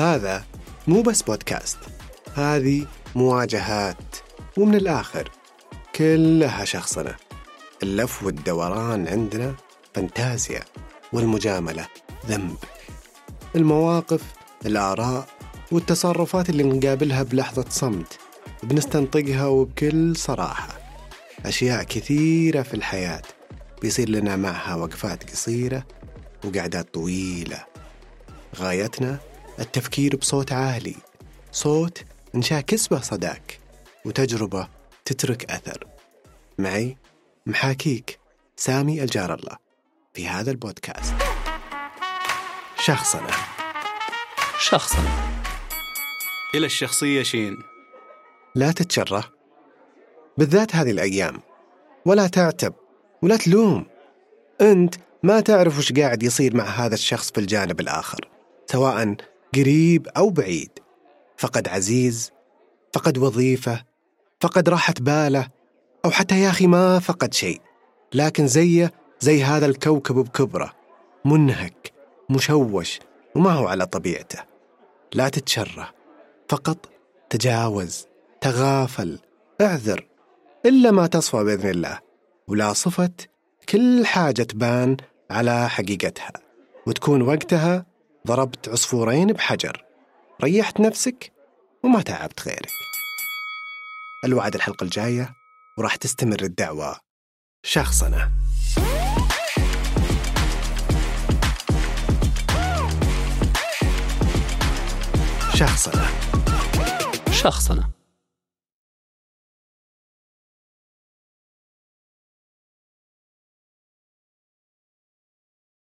هذا مو بس بودكاست، هذه مواجهات، ومن الآخر كلها شخصنة. اللف والدوران عندنا فانتازيا، والمجاملة ذنب. المواقف، الآراء والتصرفات اللي نقابلها بلحظة صمت بنستنطقها وبكل صراحة. أشياء كثيرة في الحياة بيصير لنا معها وقفات قصيرة وقعدات طويلة. غايتنا التفكير بصوت عالي، صوت نشاكس به صداك، وتجربة تترك أثر. معي محاكيك سامي الجار الله في هذا البودكاست. شخصنة إلى الشخصية شين. لا تتشره، بالذات هذه الأيام، ولا تعتب ولا تلوم. أنت ما تعرف وش قاعد يصير مع هذا الشخص في الجانب الآخر، سواء قريب أو بعيد. فقد عزيز، فقد وظيفة، فقد راحة باله، أو حتى يا أخي ما فقد شيء، لكن زي هذا الكوكب بكبره، منهك مشوش وما هو على طبيعته. لا تتشره، فقط تجاوز، تغافل، اعذر، إلا ما تصفى بإذن الله. ولا صفت كل حاجة تبان على حقيقتها، وتكون وقتها ضربت عصفورين بحجر، ريحت نفسك وما تعبت غيرك. الوعد الحلقة الجاية، وراح تستمر الدعوة. شخصنة. شخصنة.